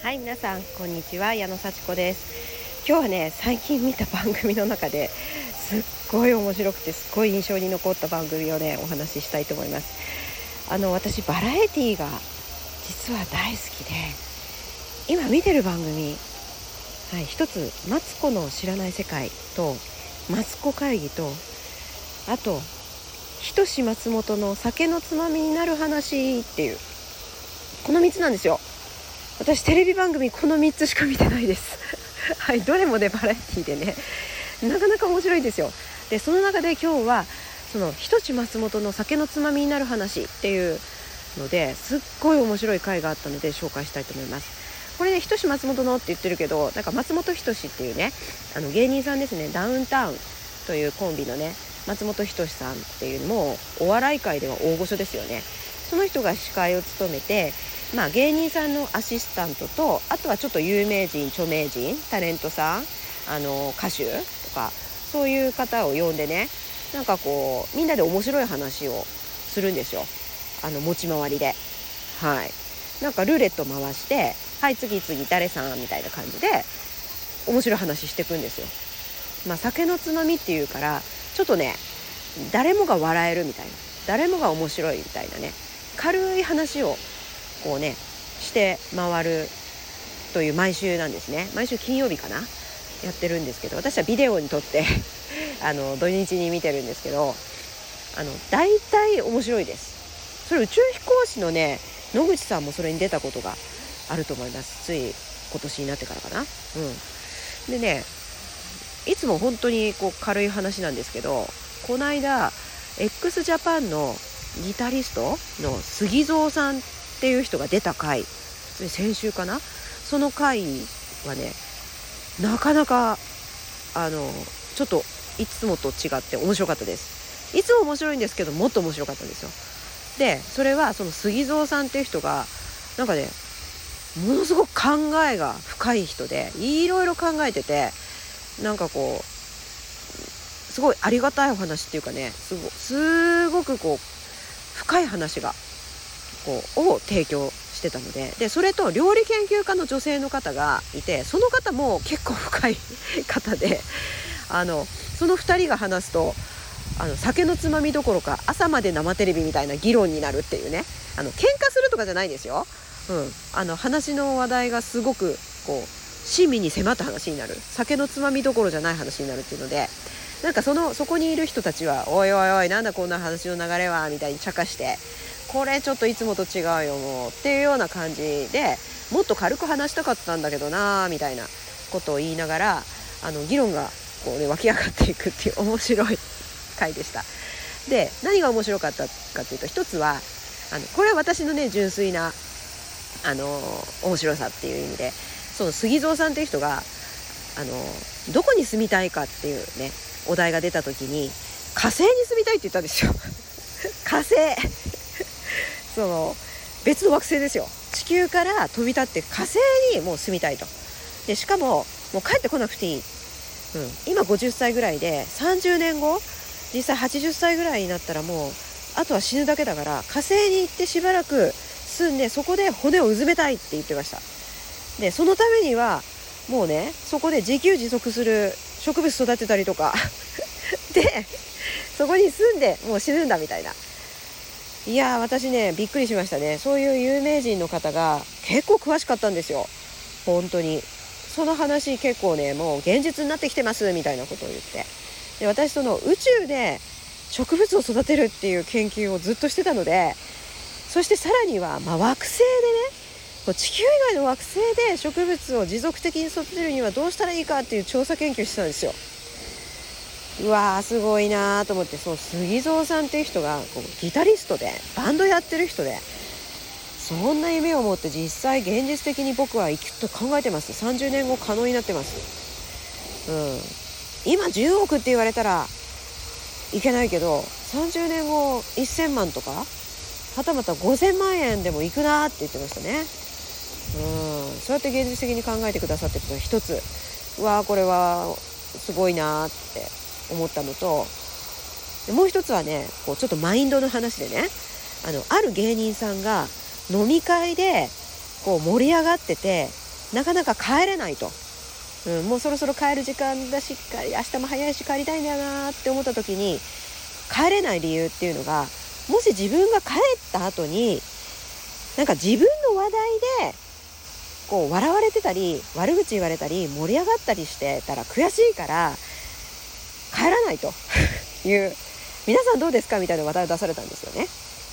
はい、皆さんこんにちは、矢野幸子です。今日はね、最近見た番組の中ですっごい面白くてすっごい印象に残った番組をね、お話ししたいと思います。私バラエティが実は大好きで、今見てる番組、一つマツコの知らない世界とマツコ会議と、あとひとし松本の酒のつまみになる話っていう、この3つなんですよ。私テレビ番組この3つしか見てないですはい、どれもねバラエティでね、なかなか面白いんですよ。でその中で今日はそのひとし松本の酒のつまみになる話っていうのですっごい面白い回があったので紹介したいと思います。これね、ひとし松本のって言ってるけど、なんか松本人志っていうね、芸人さんですね。ダウンタウンというコンビのね、松本人志さんっていう、もうお笑い界では大御所ですよね。その人が司会を務めて、芸人さんのアシスタントと、あとはちょっと有名人、著名人、タレントさん、歌手とかそういう方を呼んでね、なんかこうみんなで面白い話をするんですよ。持ち回りで、なんかルーレット回して、はい次誰さんみたいな感じで面白い話していくんですよ。酒のつまみっていうからちょっとね、誰もが笑えるみたいな、誰もが面白いみたいなね、軽い話をこうねして回るという毎週なんですね。毎週金曜日かな、やってるんですけど、私はビデオに撮って土日に見てるんですけど、大体面白いです。それ宇宙飛行士のね野口さんもそれに出たことがあると思います。つい今年になってからかな。でね、いつも本当にこう軽い話なんですけど、この間 x ジャパンのギタリストの杉蔵さんっていう人が出た回、先週かな、その回はね、なかなかちょっといつもと違って面白かったです。いつも面白いんですけど、もっと面白かったんですよ。でそれはその杉蔵さんっていう人がなんかね、ものすごく考えが深い人で、いろいろ考えてて、なんかこうすごいありがたいお話っていうかね、すごくこう深い話がを提供してたので、それと料理研究家の女性の方がいて、その方も結構深い方で、その2人が話すと酒のつまみどころか朝まで生テレビみたいな議論になるっていうね、喧嘩するとかじゃないですよ。話の話題がすごくこう親身に迫った話になる、酒のつまみどころじゃない話になるっていうので、なんかそこにいる人たちはおいおいおい、なんだこんな話の流れはみたいに茶化して、これちょっといつもと違うよもうっていうような感じで、もっと軽く話したかったんだけどなみたいなことを言いながら議論がこう、ね、湧き上がっていくっていう面白い回でした。で何が面白かったかというと、一つはこれは私のね純粋な面白さっていう意味で、その杉蔵さんっていう人がどこに住みたいかっていうねお題が出た時に、火星に住みたいって言ったんですよ火星その別の惑星ですよ。地球から飛び立って火星にもう住みたいと。でしかももう帰ってこなくていい、今50歳ぐらいで、30年後実際80歳ぐらいになったらもうあとは死ぬだけだから、火星に行ってしばらく住んで、そこで骨をうずめたいって言ってました。でそのためにはもうね、そこで自給自足する植物育てたりとかでそこに住んでもう死ぬんだみたいな。いや私ねびっくりしましたね。そういう有名人の方が結構詳しかったんですよ。本当にその話結構ね、もう現実になってきてますみたいなことを言って、で私その宇宙で植物を育てるっていう研究をずっとしてたので、そしてさらには、惑星でね、地球以外の惑星で植物を持続的に育てるにはどうしたらいいかっていう調査研究してたんですよ。うわーすごいなと思って、その杉蔵さんっていう人がこうギタリストでバンドやってる人で、そんな夢を持って実際現実的に僕は生きと考えてます。30年後可能になってます。今10億って言われたらいけないけど、30年後1000万とかはたまた5000万円でもいくなって言ってましたね。そうやって現実的に考えてくださってるのが一つ、うわーこれはすごいなって思ったのと、もう一つはね、こうちょっとマインドの話でね、ある芸人さんが飲み会でこう盛り上がってて、 なかなか帰れないと、もうそろそろ帰る時間だし、明日も早いし帰りたいんだよなって思った時に帰れない理由っていうのが、もし自分が帰った後になんか自分の話題でこう笑われてたり悪口言われたり盛り上がったりしてたら悔しいから帰らないという皆さんどうですかみたいな話題を出されたんですよね。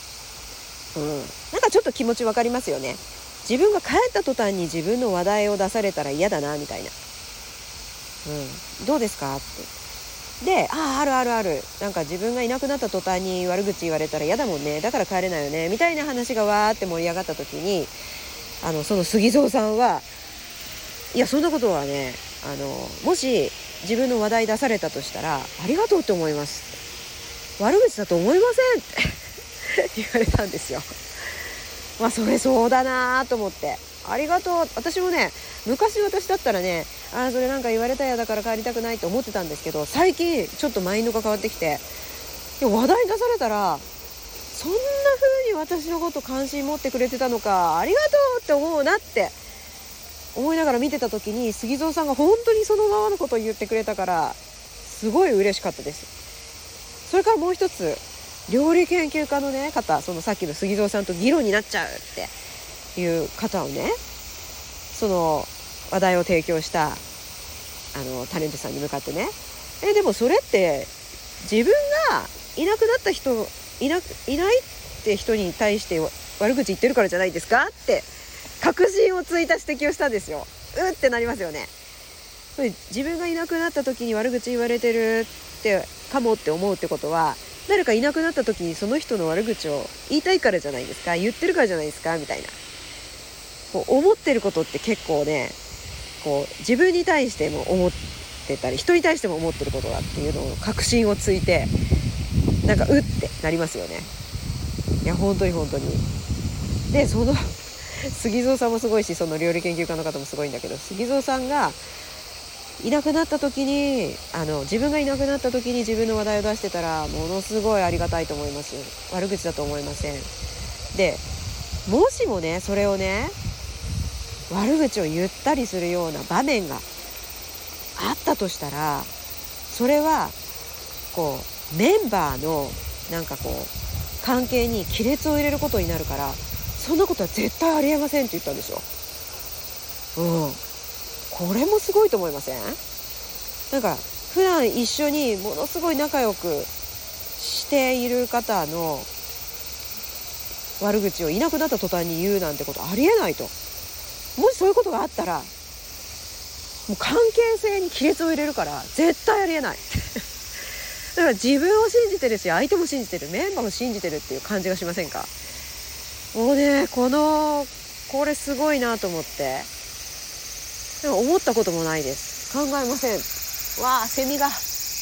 なんかちょっと気持ちわかりますよね。自分が帰った途端に自分の話題を出されたら嫌だなみたいな、どうですかってで、あるなんか自分がいなくなった途端に悪口言われたら嫌だもんね、だから帰れないよねみたいな話がわーって盛り上がった時に、その杉蔵さんは、いやそんなことはね、もし自分の話題出されたとしたらありがとうって思います、悪口だと思いませんって言われたんですよ。それそうだなと思って、ありがとう。私もね、昔私だったらね、それなんか言われたやだから帰りたくないって思ってたんですけど、最近ちょっとマインドが変わってきて、話題出されたらそんな風に私のこと関心持ってくれてたのか、ありがとうって思うなって思いながら見てた時に、杉蔵さんが本当にそのままのことを言ってくれたからすごい嬉しかったです。それからもう一つ、料理研究家のね方、そのさっきの杉蔵さんと議論になっちゃうっていう方をね、その話題を提供したタレントさんに向かってね、でもそれって自分がいなくなった人いないって人に対して悪口言ってるからじゃないですかって確信をついた指摘をしたんですよ。ってなりますよね。自分がいなくなった時に悪口言われてるってかもって思うってことは、誰かいなくなった時にその人の悪口を言いたいからじゃないですか、言ってるからじゃないですかみたいな、こう思ってることって結構ね、こう自分に対しても思ってたり人に対しても思ってることだっていうのを確信をついて、なんかってなりますよね。いや本当にで、その杉蔵さんもすごいし、その料理研究家の方もすごいんだけど、杉蔵さんがいなくなった時に自分がいなくなった時に自分の話題を出してたらものすごいありがたいと思います。悪口だと思いません。でもしもね、それをね悪口を言ったりするような場面があったとしたら、それはこうメンバーのなんかこう関係に亀裂を入れることになるから、そんなことは絶対ありえませんって言ったんですよ。これもすごいと思いません？なんか普段一緒にものすごい仲良くしている方の悪口をいなくなった途端に言うなんてことありえないと。もしそういうことがあったらもう関係性に亀裂を入れるから絶対ありえないだから自分を信じてるし、相手も信じてる、メンバーも信じてるっていう感じがしませんか？もうね、これすごいなと思って、でも思ったこともないです。考えません。セミが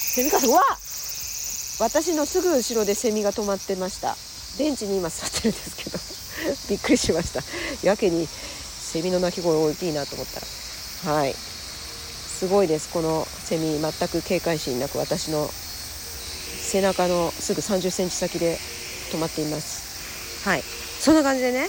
私のすぐ後ろでセミが止まってました。ベンチに今座ってるんですけどびっくりしました。やけにセミの鳴き声大きいなと思ったら、すごいです。このセミ全く警戒心なく私の背中のすぐ30センチ先で止まっています。そんな感じでね、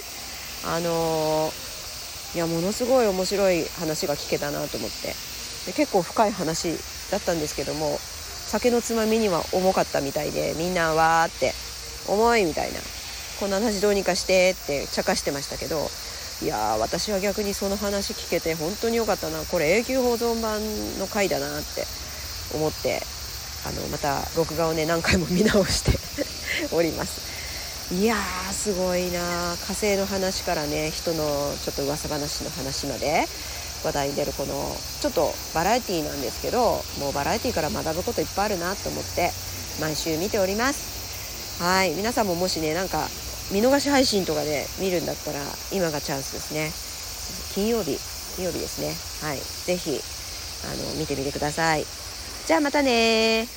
いやものすごい面白い話が聞けたなと思って、で結構深い話だったんですけども、酒のつまみには重かったみたいで、みんなわーって重いみたいな、こんな話どうにかしてって茶化してましたけど、いや私は逆にその話聞けて本当に良かったな、これ永久保存版の回だなって思って、また録画をね何回も見直しております。いやすごいな、火星の話からね、人のちょっと噂話の話まで話題に出るこのちょっとバラエティなんですけど、もうバラエティから学ぶこといっぱいあるなと思って毎週見ております。皆さんももしねなんか見逃し配信とかで見るんだったら今がチャンスですね。金曜日ですね。ぜひ見てみてください。じゃあまたね。